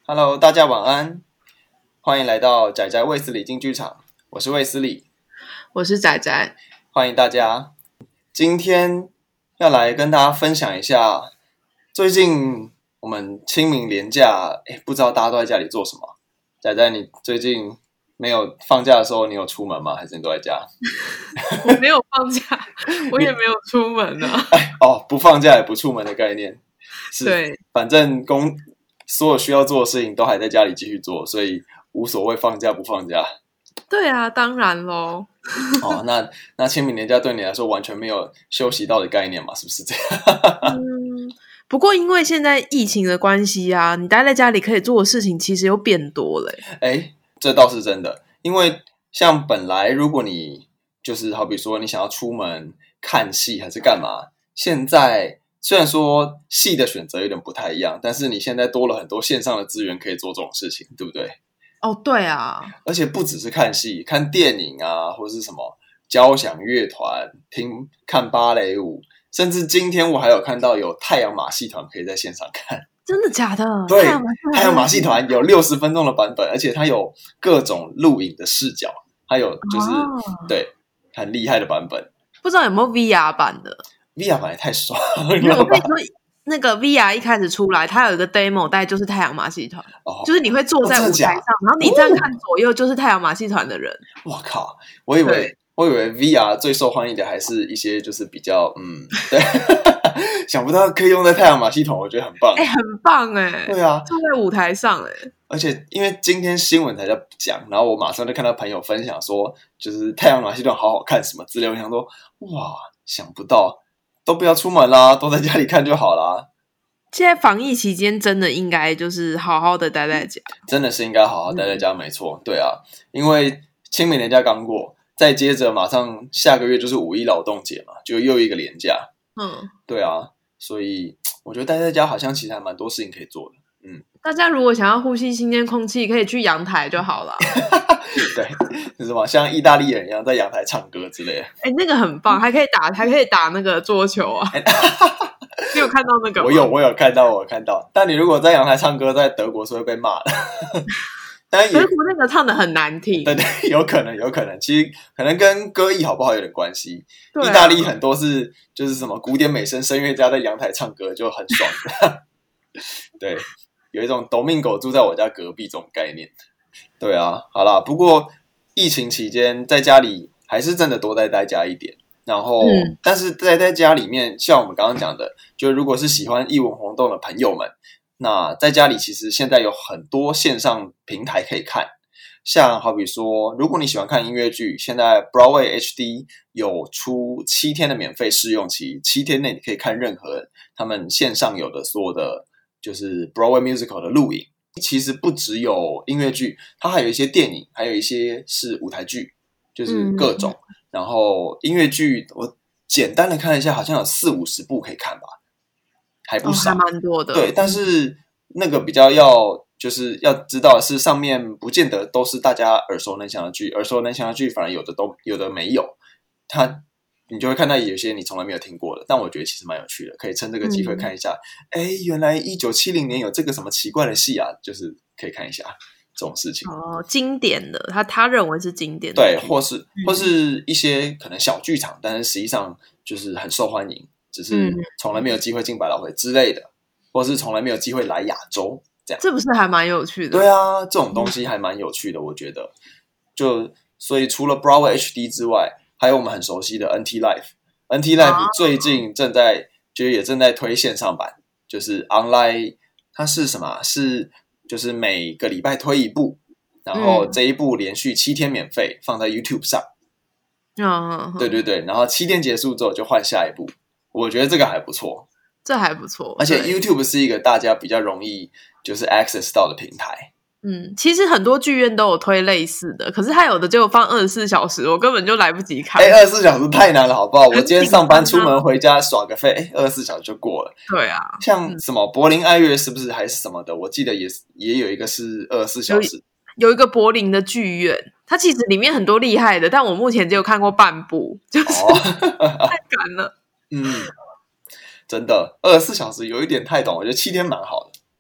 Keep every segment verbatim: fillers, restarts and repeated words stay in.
Hello， 大家晚安，欢迎来到宅宅卫斯理进剧场，我是卫斯理， 我是宅宅， 欢迎大家。今天要来跟大家分享一下，最近我们清明连假，诶不知道大家都在家里做什么？宅宅，你最近没有放假的时候，你有出门吗？还是你都在家？ 我没有放假，我也没有出门啊。 哦，不放假也不出门的概念，是， 对， 反正工所有需要做的事情都还在家里继续做，所以无所谓放假不放假。 对啊，当然咯。 哦，那那清明年假对你来说完全没有休息到的概念嘛？是不是这样？ 嗯，不过因为现在疫情的关系啊，你待在家里可以做的事情其实又变多了。 哎，这倒是真的，因为像本来如果你就是好比说你想要出门看戏还是干嘛，现在虽然说戏的选择有点不太一样，但是你现在多了很多线上的资源可以做这种事情，对不对？ 哦，对啊， 而且不只是看戏，看电影啊，或是什么交响乐团、听看芭蕾舞，甚至今天我还有看到有太阳马戏团可以在线上看。 真的假的？ 对， 太阳马戏团太阳马戏团有六十分钟的版本，而且它有各种录影的视角，还有就是、 哦、 对很厉害的版本。 不知道有没有 V R 版的 V R 版也太爽了， 我跟你说，那个 V R 一开始出来，它有一个 demo 带就是太阳马戏团、哦，就是你会坐在舞台上，哦、然后你这样看左右就是太阳马戏团的人。 我靠，我以为我以为 V R 最受欢迎的还是一些就是比较嗯对。想不到可以用在太阳马戏团，我觉得很棒。 哎、欸，很棒哎、欸！ 对啊， 坐在舞台上哎、欸。 而且因为今天新闻才在讲，然后我马上就看到朋友分享说，就是太阳马戏团好好看什么之类，我想说哇，想不到都不要出门啦，都在家里看就好啦。 现在防疫期间真的应该就是好好的待在家， 真的是应该好好待在家，嗯、没错。对啊，因为清明连假刚过，再接着马上下个月就是五一劳动节嘛，就又一个连假。嗯，对啊，所以我觉得待在家好像其实还蛮多事情可以做的。嗯， 大家如果想要呼吸新鲜空气，可以去阳台就好了。 对，是什么像意大利人一样在阳台唱歌之类的。 哎、欸，那个很棒，还可以打，还可以打那个桌球啊。你有看到那个吗？ 我有，我有看到，我有看到。但你如果在阳台唱歌，在德国是会被骂的。但德国那个唱的很难听， 对对，有可能，有可能，其实可能跟歌艺好不好有点关系。 啊、 意大利很多是就是什么古典美声声乐家在阳台唱歌就很爽的。对，有一种 Domingo 住在我家隔壁这种概念。对啊，好啦，不过疫情期间在家里还是真的多待在家一点。然后，嗯、但是待在家里面，像我们刚刚讲的，就如果是喜欢艺文活动的朋友们。那在家里其实现在有很多线上平台可以看，像好比说如果你喜欢看音乐剧，现在 Broadway H D 有出七天的免费试用期，七天内你可以看任何他们线上有的所有的就是 Broadway Musical 的录影。其实不只有音乐剧，它还有一些电影，还有一些是舞台剧，就是各种、嗯、然后音乐剧我简单的看了一下，好像有四五十部可以看吧，还不少， 哦、还蛮多的。 对，但是那个比较要就是要知道的是，上面不见得都是大家耳熟能详的剧，耳熟能详的剧反而有的都有的没有，它你就会看到有些你从来没有听过的，但我觉得其实蛮有趣的，可以趁这个机会看一下。哎、嗯，原来一九七零年有这个什么奇怪的戏啊，就是可以看一下这种事情。 哦，经典的，他他认为是经典的， 对，或是或是一些可能小剧场，但是实际上就是很受欢迎。只是从来没有机会进百老汇之类的，或是从来没有机会来亚洲，这样， 这不是还蛮有趣的？ 对啊，这种东西还蛮有趣的，我觉得。就所以除了 Broadway H D 之外，还有我们很熟悉的 N T Live。N T Live 最近正在，就是也正在推线上版，就是 online， 它是什么？是就是每个礼拜推一部，然后这一部连续七天免费放在 YouTube 上。 嗯， 对对对，然后七天结束之后就换下一部。我觉得这个还不错， 这还不错， 而且 YouTube 是一个大家比较容易就是 access 到的平台。 嗯，其实很多剧院都有推类似的，可是它有的就放二十四小时，我根本就来不及看。 哎，二十四小时太难了，好不好？我今天上班出门回家耍个废，哎，二十四小时就过了。 对啊， 像什么柏林爱乐是不是还是什么的？我记得也也有一个是二十四小时。 有一个柏林的剧院，它其实里面很多厉害的，但我目前只有看过半部，就是、哦、太赶了。 嗯，真的二十四小时有一点太短，我觉得七天蛮好的。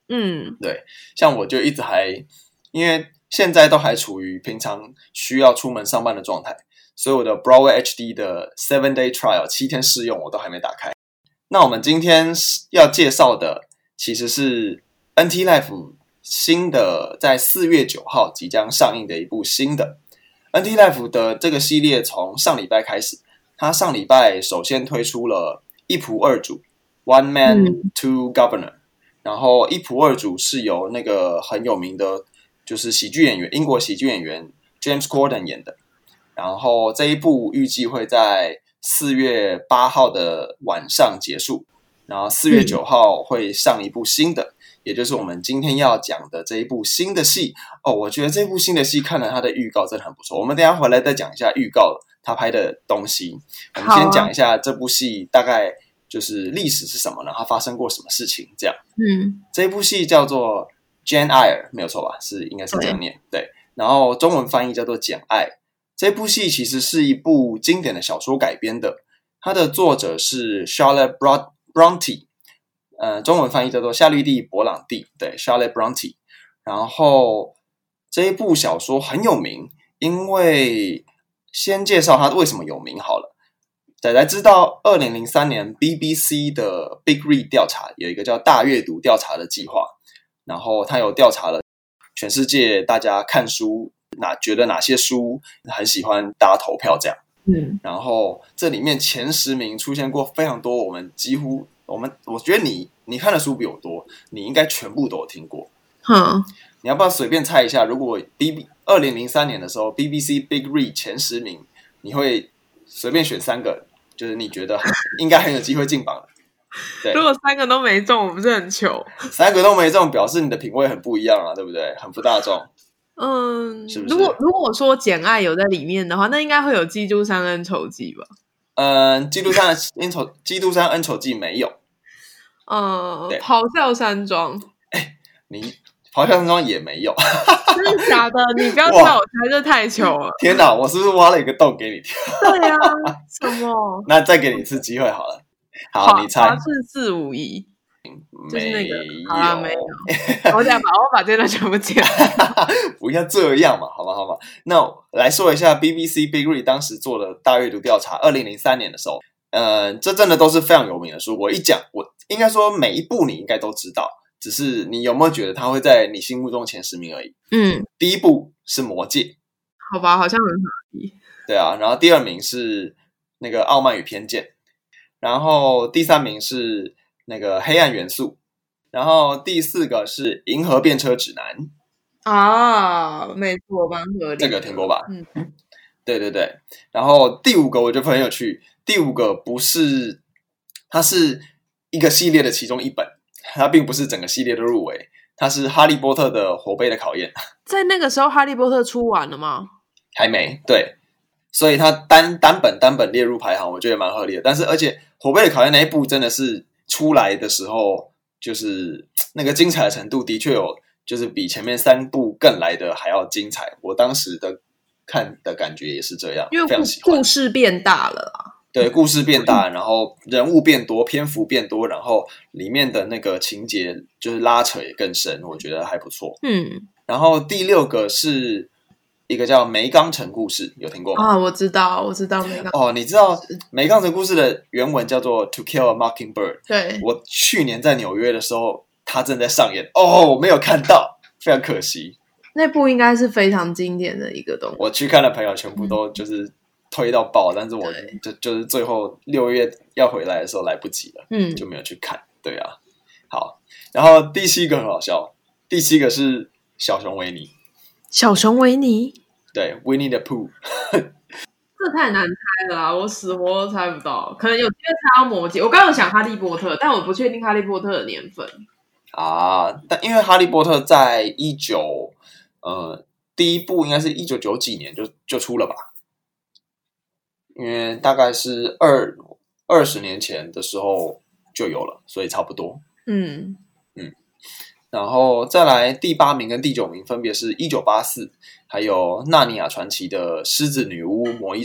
嗯， 对，像我就一直还因为现在都还处于平常需要出门上班的状态，所以我的 Broadway H D 的 seven day trial 七天试用我都还没打开。那我们今天要介绍的其实是 N T Life 新的在四月九号即将上映的一部新的 N T Life 的这个系列，从上礼拜开始，它上礼拜首先推出了一仆二主 One Man Two Governor、嗯、然后一仆二主是由那个很有名的就是喜剧演员英国喜剧演员 James Corden 演的，然后这一部预计会在四月八号的晚上结束，然后四月九号会上一部新的、嗯、也就是我们今天要讲的这一部新的戏哦。我觉得这部新的戏看了它的预告真的很不错，我们等一下回来再讲一下预告他拍的东西。我们先讲一下这部戏大概就是历史是什么，然后发生过什么事情这样。 嗯， 这部戏叫做 Jane Eyre 没有错吧，是应该是这样念 对, 对，然后中文翻译叫做简爱。这部戏其实是一部经典的小说改编的，它的作者是 Charlotte Bronte， 呃，中文翻译叫做夏绿蒂·勃朗蒂，对 Charlotte Bronte。 然后这一部小说很有名，因为先介绍它为什么有名好了。仔仔知道二零零三年 B B C 的 Big Read 调查有一个叫大阅读调查的计划，然后他有调查了全世界大家看书哪觉得哪些书很喜欢大家投票这样。 嗯， 然后这里面前十名出现过非常多我们几乎我们我觉得你你看的书比我多，你应该全部都有听过。 嗯， 你要不要随便猜一下，如果 二零零三年的时候 B B C Big Read 前十名，你会随便选三个就是你觉得应该很有机会进榜的。对， 如果三个都没中我不是很糗？ 三个都没中表示你的品味很不一样啊，对不对？很不大众。 嗯， 是不是？ 如果如果说简爱有在里面的话，那应该会有基督山恩仇记吧？ 嗯，基督山恩仇基督山恩仇记没有。 嗯，咆哮山庄， 哎，你咆哮山庄也没有。 真的假的？你不要叫我猜，这太糗了。 天哪，我是不是挖了一个洞给你跳？ 对啊，什么？ 那再给你一次机会好了。好， 好， 你猜。 华氏四五一。就是那个，好啦，没有，我讲吧，我把这段全部剪了。 不要这样嘛，好吧，好吧。那来说一下 B B C Big Read 当时做的大阅读调查，二零零三年的时候，呃，这真的都是非常有名的书。我一讲，我应该说每一部你应该都知道，只是你有没有觉得它会在你心目中前十名而已。 嗯， 第一部是《魔戒》， 好吧，好像很合理。 对啊，然后第二名是那个《傲慢与偏见》，然后第三名是那个黑暗元素，然后第四个是银河便车指南啊，没错，蛮合理的。 这个听过吧？ 嗯， 对对对。然后第五个我觉得很有趣，第五个不是，它是一个系列的其中一本，它并不是整个系列的入围，它是哈利波特的火杯的考验。 在那个时候哈利波特出完了吗？ 还没，对，所以它单单本单本列入排行我觉得蛮合理的。但是而且火杯的考验那一部真的是出来的时候，就是那个精彩的程度的确有，就是比前面三部更来的还要精彩。我当时的看的感觉也是这样， 因为非常喜欢。 故事变大了啊， 对，故事变大，然后人物变多，篇幅变多，然后里面的那个情节就是拉扯也更深，我觉得还不错。 嗯， 然后第六个是一个叫梅冈城故事，有听过吗？ 啊，我知道，我知道梅冈。 哦，你知道梅冈城故事的原文叫做 To Kill a Mockingbird。 对， 我去年在纽约的时候，它正在上演。哦，我没有看到，非常可惜。 那部应该是非常经典的一个东西。 我去看的朋友全部都就是推到爆，但是我就就是最后六月要回来的时候来不及了， 嗯， 就没有去看。对啊，好，然后第七个很好笑，第七个是小熊维尼。 小熊维尼， 对 ，Winnie the Pooh。 这太难猜了啊！我死活都猜不到，可能有机会猜到魔戒。我刚刚有想哈利波特，但我不确定哈利波特的年份啊。但因为哈利波特在一九呃第一部应该是一九九几年就就出了吧，因为大概是二二十年前的时候就有了，所以差不多。 嗯嗯。然后再来第八名跟第九名分别是一九八四还有纳尼亚传奇的狮子女巫魔衣橱，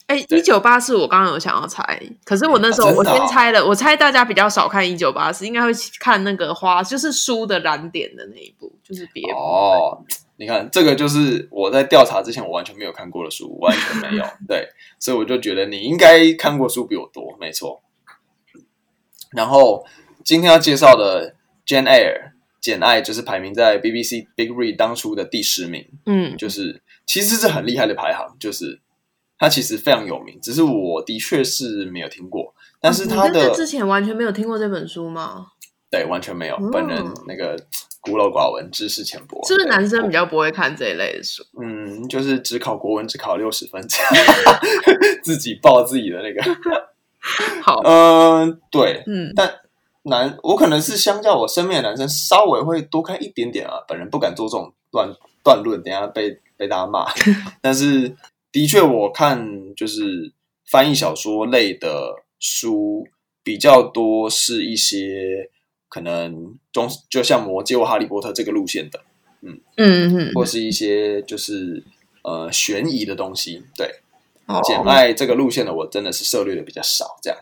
哎，一九八四我刚刚有想要猜，可是我那时候、啊、我先猜了，我猜大家比较少看一九八四，应该会看那个花，就是书的燃点的那一部，就是别部。 哦，你看这个就是我在调查之前我完全没有看过的书，完全没有。对，所以我就觉得你应该看过书比我多，没错。然后今天要介绍的 Jane Eyre 简爱就是排名在 B B C Big Read 当初的第十名，嗯，就是其实是很厉害的排行，就是他其实非常有名，只是我的确是没有听过，但是他的、 啊、之前完全没有听过这本书吗？ 对，完全没有，嗯、本人那个孤陋寡闻，知识浅薄， 是不是男生比较不会看这一类的书？ 嗯，就是只考国文只考六十分这样，自己报自己的那个。 好， 嗯、呃，对，嗯，但男我可能是相较我身边的男生稍微会多看一点点啊，本人不敢做这种断断论，等一下被被大家骂。但是的确，我看就是翻译小说类的书比较多，是一些可能中就像《魔戒》或《哈利波特》这个路线的，嗯嗯嗯，或是一些就是呃悬疑的东西，对。简爱这个路线的我真的是涉猎的比较少，这样。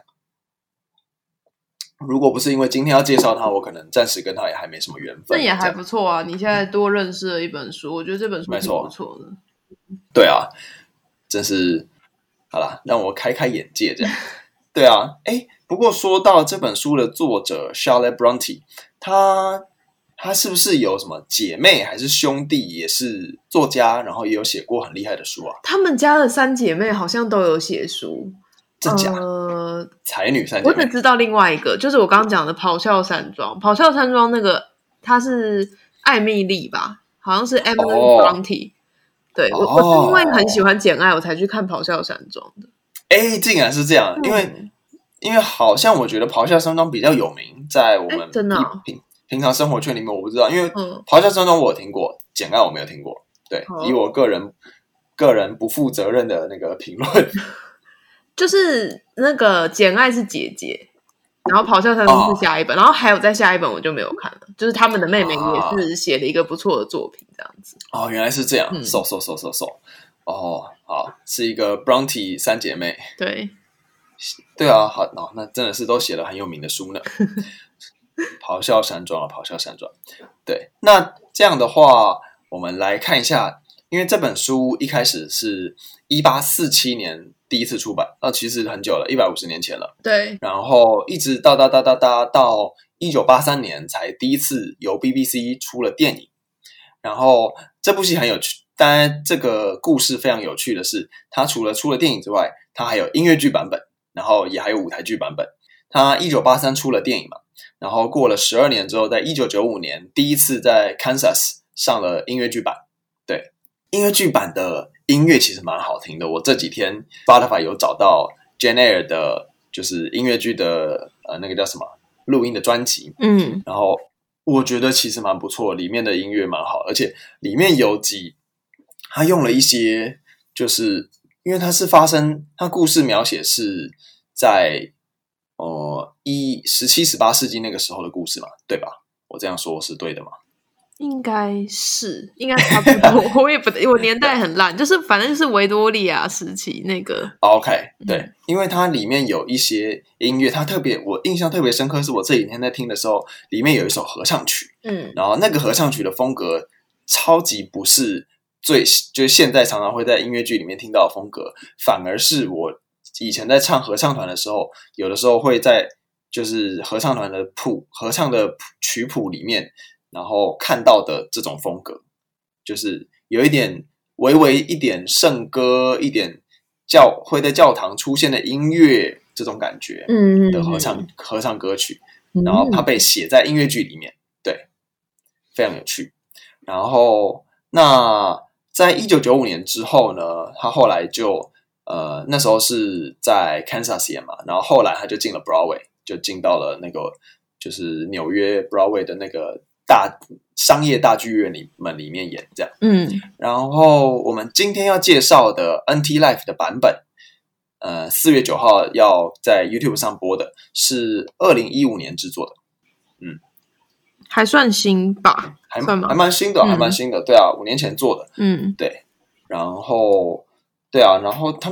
如果不是因为今天要介绍他，我可能暂时跟他也还没什么缘分。 那也还不错啊！你现在多认识了一本书，我觉得这本书挺不错的。 对啊，真是好啦，让我开开眼界这样。对啊，哎，不过说到这本书的作者 Charlotte Bronte， 他他是不是有什么姐妹还是兄弟也是作家，然后也有写过很厉害的书啊？ 他们家的三姐妹好像都有写书。 真假？ 呃， 才女三姐妹， 我只知道另外一个，就是我刚刚讲的《咆哮山庄》。咆哮山庄那个她是艾蜜莉吧，好像是 Emily Bronte、哦。对，我、哦、我是因为很喜欢简爱，我才去看《咆哮山庄》的。 哎，竟然是这样，因为、嗯、因为好像我觉得《咆哮山庄》比较有名，在我们真的、哦、 平平常生活圈里面，我不知道，因为《咆哮山庄》我有听过，简爱我没有听过。对，嗯、以我个人个人不负责任的那个评论。 就是那个简爱是姐姐，然后咆哮山庄是下一本、哦，然后还有再下一本我就没有看了，就是他们的妹妹也是写了一个不错的作品，这样子。 哦，原来是这样，嗖嗖嗖嗖嗖，哦，好，是一个 Bronte 三姐妹， 对， 对啊，好，哦，那真的是都写了很有名的书呢。咆哮山庄啊，咆哮山庄，对，那这样的话，我们来看一下，因为这本书一开始是一八四七年。第一次出版，那其实很久了，一百五十年前了。 对， 然后一直到到到到到到一九八三年才第一次由 B B C 出了电影。然后这部戏很有趣，当然这个故事非常有趣的是，它除了出了电影之外，它还有音乐剧版本，然后也还有舞台剧版本。它一九八三出了电影嘛，然后过了十二年之后，在一九九五年第一次在 Kansas 上了音乐剧版。对，音乐剧版的音乐其实蛮好听的，我这几天 Spotify 有找到 Jane Eyre 的就是音乐剧的呃那个叫什么录音的专辑，嗯，然后我觉得其实蛮不错，里面的音乐蛮好，而且里面有几他用了一些，就是因为它是发生，它故事描写是在呃一十七、十八世纪那个时候的故事嘛，对吧？我这样说是对的吗？ 应该是，应该差不多。我也不，我年代很烂，就是反正就是维多利亚时期那个。 OK， 对、嗯，因为它里面有一些音乐，它特别，我印象特别深刻，是我这几天在听的时候，里面有一首合唱曲，嗯，然后那个合唱曲的风格超级不是最，就是现在常常会在音乐剧里面听到的风格，反而是我以前在唱合唱团的时候，有的时候会在就是合唱团的谱、合唱的曲谱里面。然后看到的这种风格，就是有一点微微一点圣歌，一点教会在教堂出现的音乐这种感觉的合唱、嗯、合唱歌曲，然后它被写在音乐剧里面，对，非常有趣。然后那在一九九五年之后呢，他后来就呃那时候是在 Kansas 演嘛，然后后来他就进了 Broadway， 就进到了那个就是纽约 Broadway 的那个大商业大剧院里们里面演这样，嗯，然后我们今天要介绍的 N T Life 的版本，呃，四月九号要在 YouTube 上播的，是二零一五年制作的，嗯， 还算新吧， 还算吗？还蛮新的，嗯、还蛮新的，对啊，五年前做的，嗯，对，然后对啊，然后他们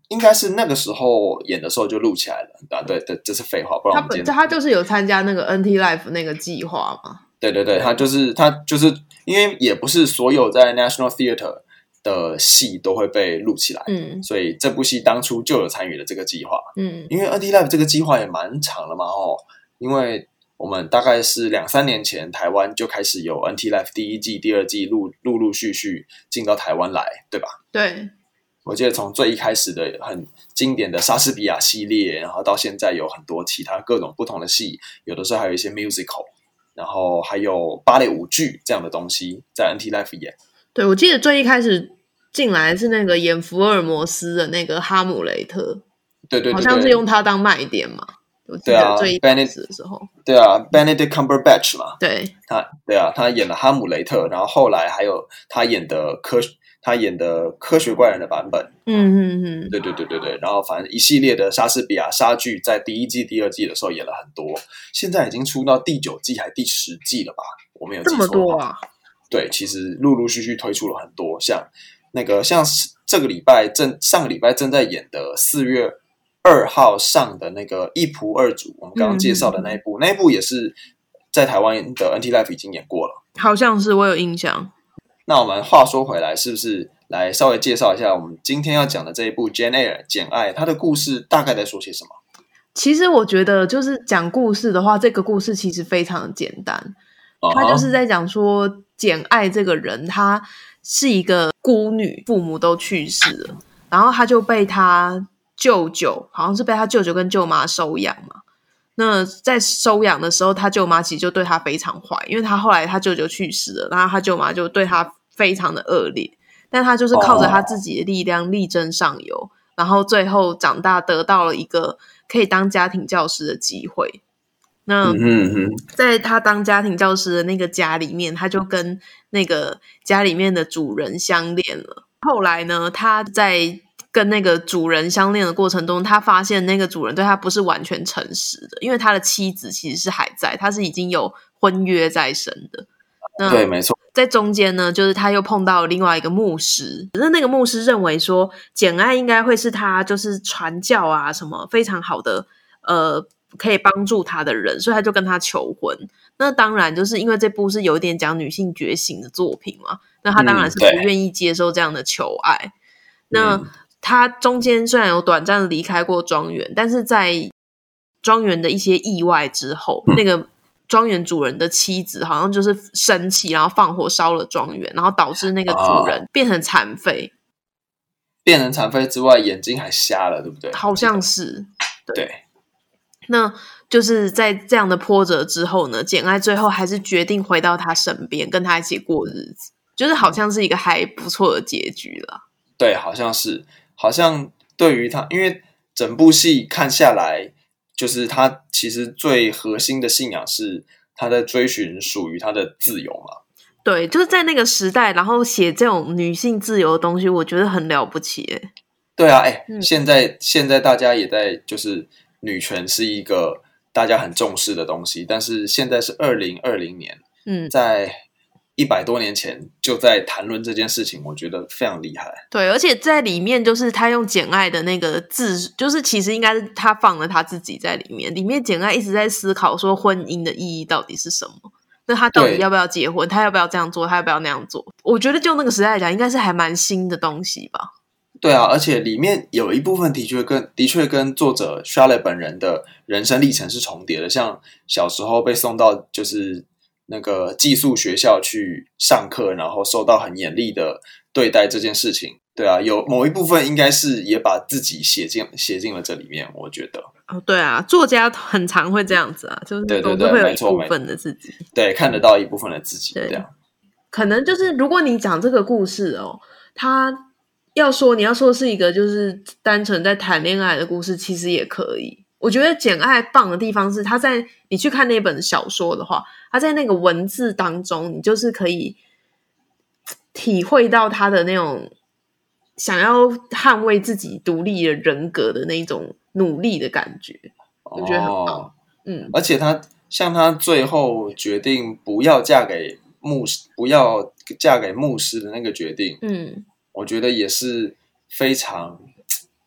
应该是那个时候演的时候就录起来了啊。对对，这是废话，不然我们今天他他就是有参加那个 N T Life 那个计划嘛。 对对对，他就是他就是因为也不是所有在 National Theatre 的戏都会被录起来， 嗯， 所以这部戏当初就有参与了这个计划。 嗯， 因为 N T Life 这个计划也蛮长了嘛，哦，因为我们大概是两三年前台湾就开始有 N T Life 第一季、第二季陆陆陆续续进到台湾来，对吧？ 对。 我记得从最一开始的很经典的莎士比亚系列，然后到现在有很多其他各种不同的戏，有的时候还有一些 musical， 然后还有芭蕾舞剧这样的东西在 N T Life 演。 对，我记得最一开始进来是那个演福尔摩斯的那个哈姆雷特， 对对对对， 好像是用它当卖点嘛。我记得最一开始的时候， 对啊 ，Benedict Cumberbatch 嘛， 对， 他对啊，他演了哈姆雷特，然后后来还有他演的科。他演的科学怪人的版本， 嗯嗯嗯， 对对对对对，然后反正一系列的莎士比亚莎剧，在第一季、第二季的时候演了很多，现在已经出到第九季还第十季了吧？我没有记错， 这么多啊？ 对，其实陆陆续续推出了很多，像那个像这个礼拜正上个礼拜正在演的四月二号上的那个一仆二主，我们刚刚介绍的那一部，嗯、那一部也是在台湾的 N T Life 已经演过了， 好像是我有印象。 那我们话说回来，是不是来稍微介绍一下我们今天要讲的这一部《Jane Eyre》简爱，它的故事大概在说些什么？ 其实我觉得，就是讲故事的话，这个故事其实非常的简单。Uh-huh. 他就是在讲说，简爱这个人，她是一个孤女，父母都去世了，然后她就被她舅舅，好像是被她舅舅跟舅妈收养嘛。那在收养的时候，他舅妈其实就对他非常坏，因为他后来他舅舅去世了，然后他舅妈就对他非常的恶劣，但他就是靠着他自己的力量力争上游， oh. 然后最后长大得到了一个可以当家庭教师的机会。那在他当家庭教师的那个家里面，他就跟那个家里面的主人相恋了。后来呢，他在跟那个主人相恋的过程中，他发现那个主人对他不是完全诚实的，因为他的妻子其实是还在，他是已经有婚约在身的。那对，没错。 在中间呢，就是他又碰到另外一个牧师，可是那个牧师认为说，简爱应该会是他就是传教啊什么非常好的呃可以帮助他的人，所以他就跟他求婚。那当然就是因为这部是有一点讲女性觉醒的作品嘛，那他当然是不愿意接受这样的求爱。嗯、那他中间虽然有短暂的离开过庄园，但是在庄园的一些意外之后，那个庄园主人的妻子好像就是生气，然后放火烧了庄园，然后导致那个主人变成残废。啊、 变成残废之外，眼睛还瞎了，对不对？ 好像是。对。 对， 那就是在这样的波折之后呢，简爱最后还是决定回到他身边，跟他一起过日子，就是好像是一个还不错的结局啦。 对，好像是。好像对于他，因为整部戏看下来，就是他其实最核心的信仰是他在追寻属于他的自由嘛。 对，就是在那个时代，然后写这种女性自由的东西，我觉得很了不起耶。 对啊，哎、嗯，现在现在大家也在，就是女权是一个大家很重视的东西，但是现在是二零二零年，嗯，在一百多年前就在谈论这件事情，我觉得非常厉害。 对，而且在里面就是他用简爱的那个字，就是其实应该是他放了他自己在里面。里面简爱一直在思考说婚姻的意义到底是什么，那他到底要不要结婚，他要不要这样做，他要不要那样做。我觉得就那个时代来讲，应该是还蛮新的东西吧。 对啊，而且里面有一部分的确跟的确跟作者 Charlotte 本人的人生历程是重叠的，像小时候被送到就是那个寄宿学校去上课，然后受到很严厉的对待这件事情。对啊，有某一部分应该是也把自己写进写进了这里面，我觉得。 哦，对啊，作家很常会这样子啊，就是总是会有一部分的自己， 对，看得到一部分的自己，这样。 可能就是如果你讲这个故事哦，他要说你要说是一个就是单纯在谈恋爱的故事，其实也可以。我觉得简爱棒的地方是他在你去看那本小说的话，他在那个文字当中，你就是可以体会到他的那种想要捍卫自己独立的人格的那种努力的感觉，我觉得很棒。哦、嗯， 而且他像他最后决定不要嫁给牧师，不要嫁给牧师的那个决定，嗯。我觉得也是非常怎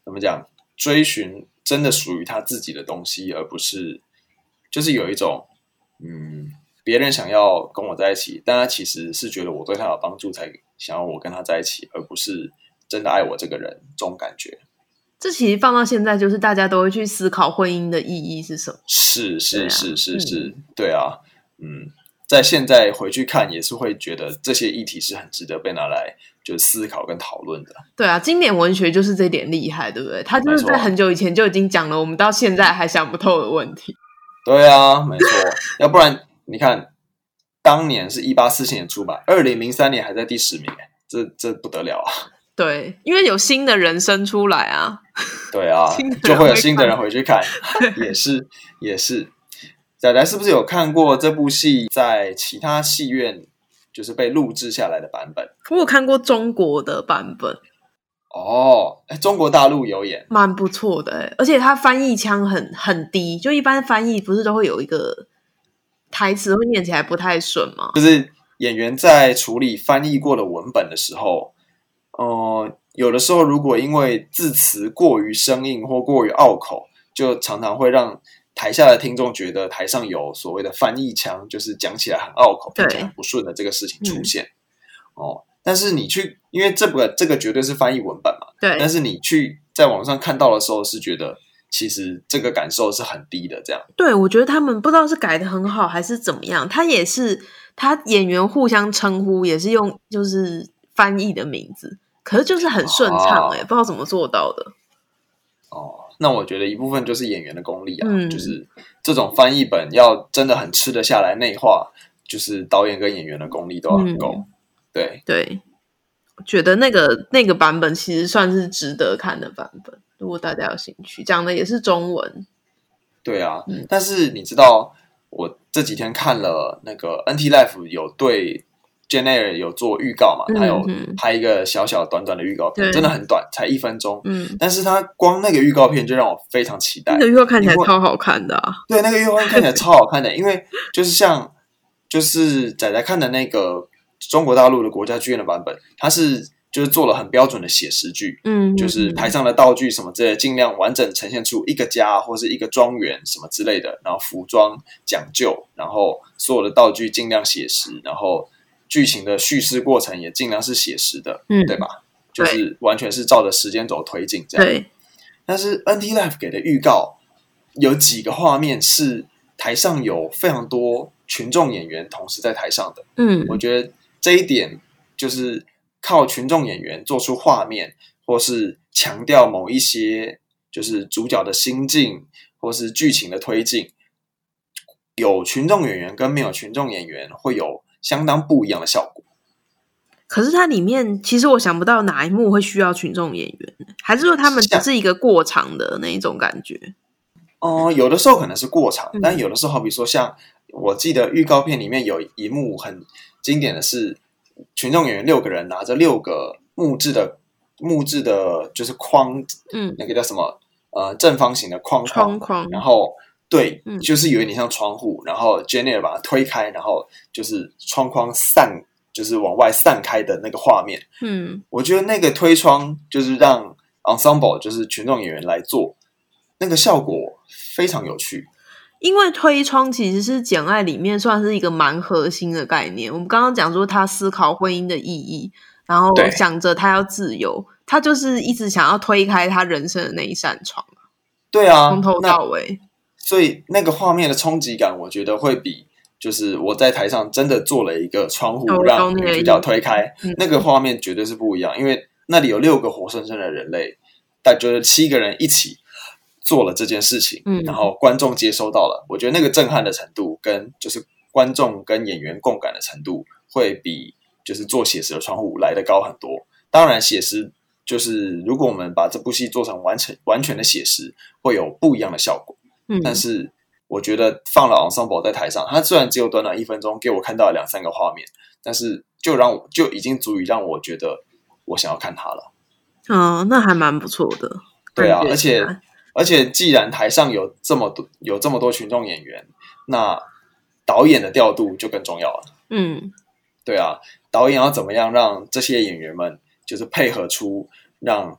怎么讲，追寻真的属于他自己的东西，而不是就是有一种嗯，别人想要跟我在一起，但他其实是觉得我对他有帮助才想要我跟他在一起，而不是真的爱我这个人，这种感觉。 这其实放到现在，就是大家都会去思考婚姻的意义是什么。 是是是是是，对啊，嗯，在现在回去看，也是会觉得这些议题是很值得被拿来就是思考跟讨论的。 对啊，经典文学就是这点厉害，对不对？他就是在很久以前就已经讲了我们到现在还想不透的问题。 对啊，没错，要不然你看，当年是一八四七年出版，二零零三年还在第十名，这这不得了啊！ 对，因为有新的人生出来啊。 对啊，就会有新的人回去看，也是也是。仔仔是不是有看过这部戏在其他戏院就是被录制下来的版本？ 我有看过中国的版本。 哦，中国大陆有演， 蛮不错的耶，而且它翻译腔很很低，就一般翻译不是都会有一个台词会念起来不太顺吗？ 就是演员在处理翻译过的文本的时候，呃，有的时候如果因为字词过于生硬或过于拗口，就常常会让台下的听众觉得台上有所谓的翻译腔，就是讲起来很拗口，并且很不顺的这个事情出现。嗯、哦，但是你去，因为这个这个绝对是翻译文本嘛， 对。 但是你去在网上看到的时候，是觉得其实这个感受是很低的，这样。 对，我觉得他们不知道是改得很好还是怎么样，他也是他演员互相称呼也是用就是翻译的名字，可是就是很顺畅哎、欸，不知道怎么做到的。 哦，那我觉得一部分就是演员的功力啊， 嗯、 就是这种翻译本要真的很吃得下来内化，就是导演跟演员的功力都要很够。嗯、对对，我觉得那个那个版本其实算是值得看的版本，如果大家有兴趣，讲的也是中文。 对啊，嗯、但是你知道，我这几天看了那个 N T Life 有对 Jane Eyre 有做预告嘛，他有拍一个小小短短的预告片，真的很短，才一分钟。嗯，但是他光那个预告片就让我非常期待。 那个预告看起来超好看的啊！ 对，那个预告片看起来超好看的，因为就是像就是仔仔看的那个中国大陆的国家剧院的版本，它是就是做了很标准的写实剧，嗯，就是台上的道具什么之类的，尽量完整呈现出一个家或是一个庄园什么之类的，然后服装讲究，然后所有的道具尽量写实，然后剧情的叙事过程也尽量是写实的，嗯，对吧？就是完全是照着时间轴推进这样。对。但是 N T Life 给的预告有几个画面是台上有非常多群众演员同时在台上的，嗯，我觉得这一点就是靠群众演员做出画面，或是强调某一些就是主角的心境，或是剧情的推进，有群众演员跟没有群众演员会有相当不一样的效果。 可是它里面其实我想不到哪一幕会需要群众演员，还是说他们只是一个过场的那一种感觉？ 哦、呃，有的时候可能是过场，但有的时候好比说像我记得预告片里面有一幕很经典的是群众演员六个人拿着六个木质的木质的就是框，嗯，那个叫什么呃正方形的框框，框然后对、嗯，就是有点像窗户，然后 Jane Eyre 把它推开，然后就是窗框散，就是往外散开的那个画面。嗯，我觉得那个推窗就是让 ensemble 就是群众演员来做，那个效果非常有趣。 因为推窗其实是简爱里面算是一个蛮核心的概念。我们刚刚讲说他思考婚姻的意义，然后想着他要自由，他就是一直想要推开他人生的那一扇窗。 对啊， 从头到尾。 所以那个画面的冲击感，我觉得会比就是我在台上真的做了一个窗户让女主角推开，嗯、那个画面绝对是不一样。因为那里有六个活生生的人类，但就是七个人一起做了这件事情，嗯、然后观众接收到了，我觉得那个震撼的程度跟就是观众跟演员共感的程度会比就是做写实的窗户来得高很多。当然写实就是如果我们把这部戏做成完全完全的写实，会有不一样的效果。嗯、但是我觉得放了 ensemble 在台上，它虽然只有短短一分钟给我看到了两三个画面，但是就让我就已经足以让我觉得我想要看它了。 哦，那还蛮不错的。 对啊，而且而且既然台上有这么多有这么多群众演员，那导演的调度就更重要了。嗯，对啊，导演要怎么样让这些演员们就是配合出让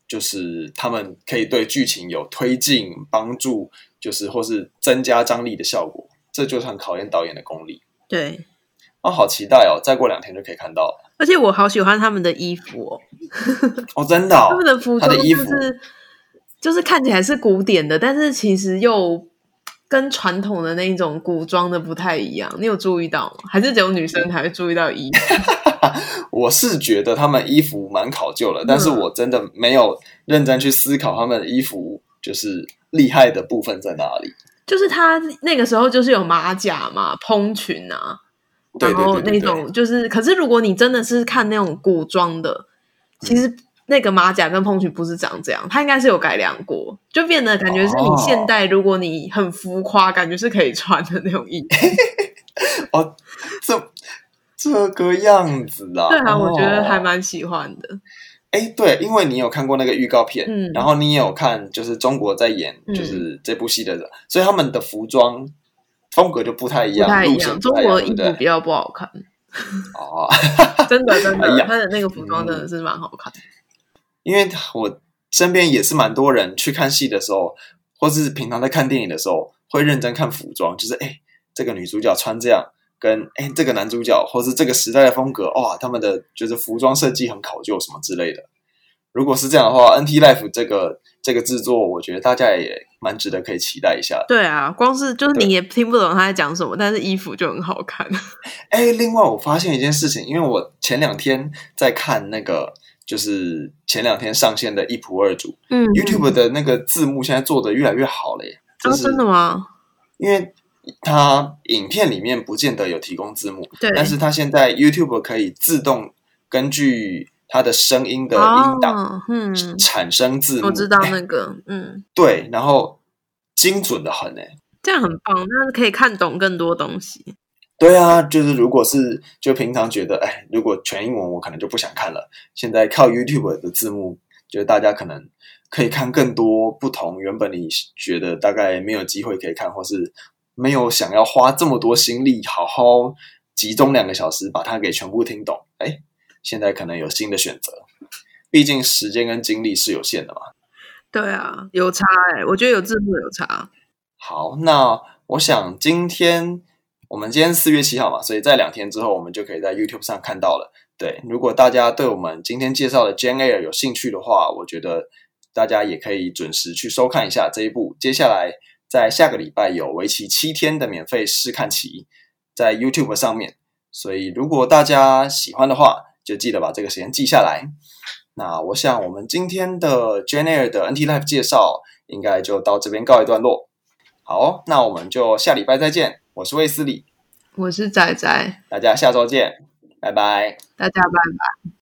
就是他们可以对剧情有推进帮助，就是或是增加张力的效果，这就是很考验导演的功力。 对， 哦，好期待哦，再过两天就可以看到了。 而且我好喜欢他们的衣服哦。 哦，真的哦， 他们的服装他的衣服就是就是看起来是古典的，但是其实又跟传统的那一种古装的不太一样。你有注意到吗？还是只有女生才会注意到衣服？ 我是觉得他们衣服蛮考究的，但是我真的没有认真去思考他们的衣服就是厉害的部分在哪里。 就是他那个时候就是有马甲嘛，蓬裙啊，然后那种就是，可是如果你真的是看那种古装的，其实那个马甲跟蓬裙不是长这样，它应该是有改良过，就变得感觉是你现代，如果你很浮夸，感觉是可以穿的那种衣服。 哦，这这个样子啊？ 对啊，我觉得还蛮喜欢的。 哎，对，因为你有看过那个预告片， 嗯， 然后你也有看，就是中国在演就是这部戏的人，嗯、所以他们的服装风格就不太一样， 不太一样。中国的衣服比较不好看。 哦， 真的真的，他的那个服装真的是蛮好看的。 因为我身边也是蛮多人去看戏的时候，或是平常在看电影的时候，会认真看服装，就是哎，这个女主角穿这样。跟哎，这个男主角或是这个时代的风格，哇，他们的就是服装设计很考究什么之类的。如果是这样的话 ，N T Life 这个这个制作，我觉得大家也蛮值得可以期待一下的。 对啊，光是就是你也听不懂他在讲什么，但是衣服就很好看。 哎，另外我发现一件事情，因为我前两天在看那个，就是前两天上线的一仆二主，嗯 ，YouTube 的那个字幕现在做的越来越好了耶。 哦，真的吗？ 因为它影片里面不见得有提供字幕， 对， 但是它现在 YouTube 可以自动根据它的声音的音档、哦嗯、产生字幕。 我知道那个，嗯， 对，然后精准的很诶， 这样很棒，那可以看懂更多东西。 对啊，就是如果是就平常觉得，哎，如果全英文我可能就不想看了，现在靠 YouTube 的字幕，觉得大家可能可以看更多不同，原本你觉得大概没有机会可以看，或是没有想要花这么多心力好好集中两个小时把它给全部听懂，哎，现在可能有新的选择，毕竟时间跟精力是有限的嘛。 对啊，有差哎、欸，我觉得有字幕有差。 好，那我想今天我们今天四月七号嘛，所以在两天之后我们就可以在 YouTube 上看到了。对，如果大家对我们今天介绍的 Jane Eyre 有兴趣的话，我觉得大家也可以准时去收看一下这一部。接下来在下个礼拜有为期七天的免费试看期在 YouTube 上面，所以如果大家喜欢的话，就记得把这个时间记下来。那我想我们今天的 Jane Eyre 的 N T Life 介绍应该就到这边告一段落。好哦，那我们就下礼拜再见。我是卫斯理， 我是仔仔， 大家下周见，拜拜， 大家拜拜。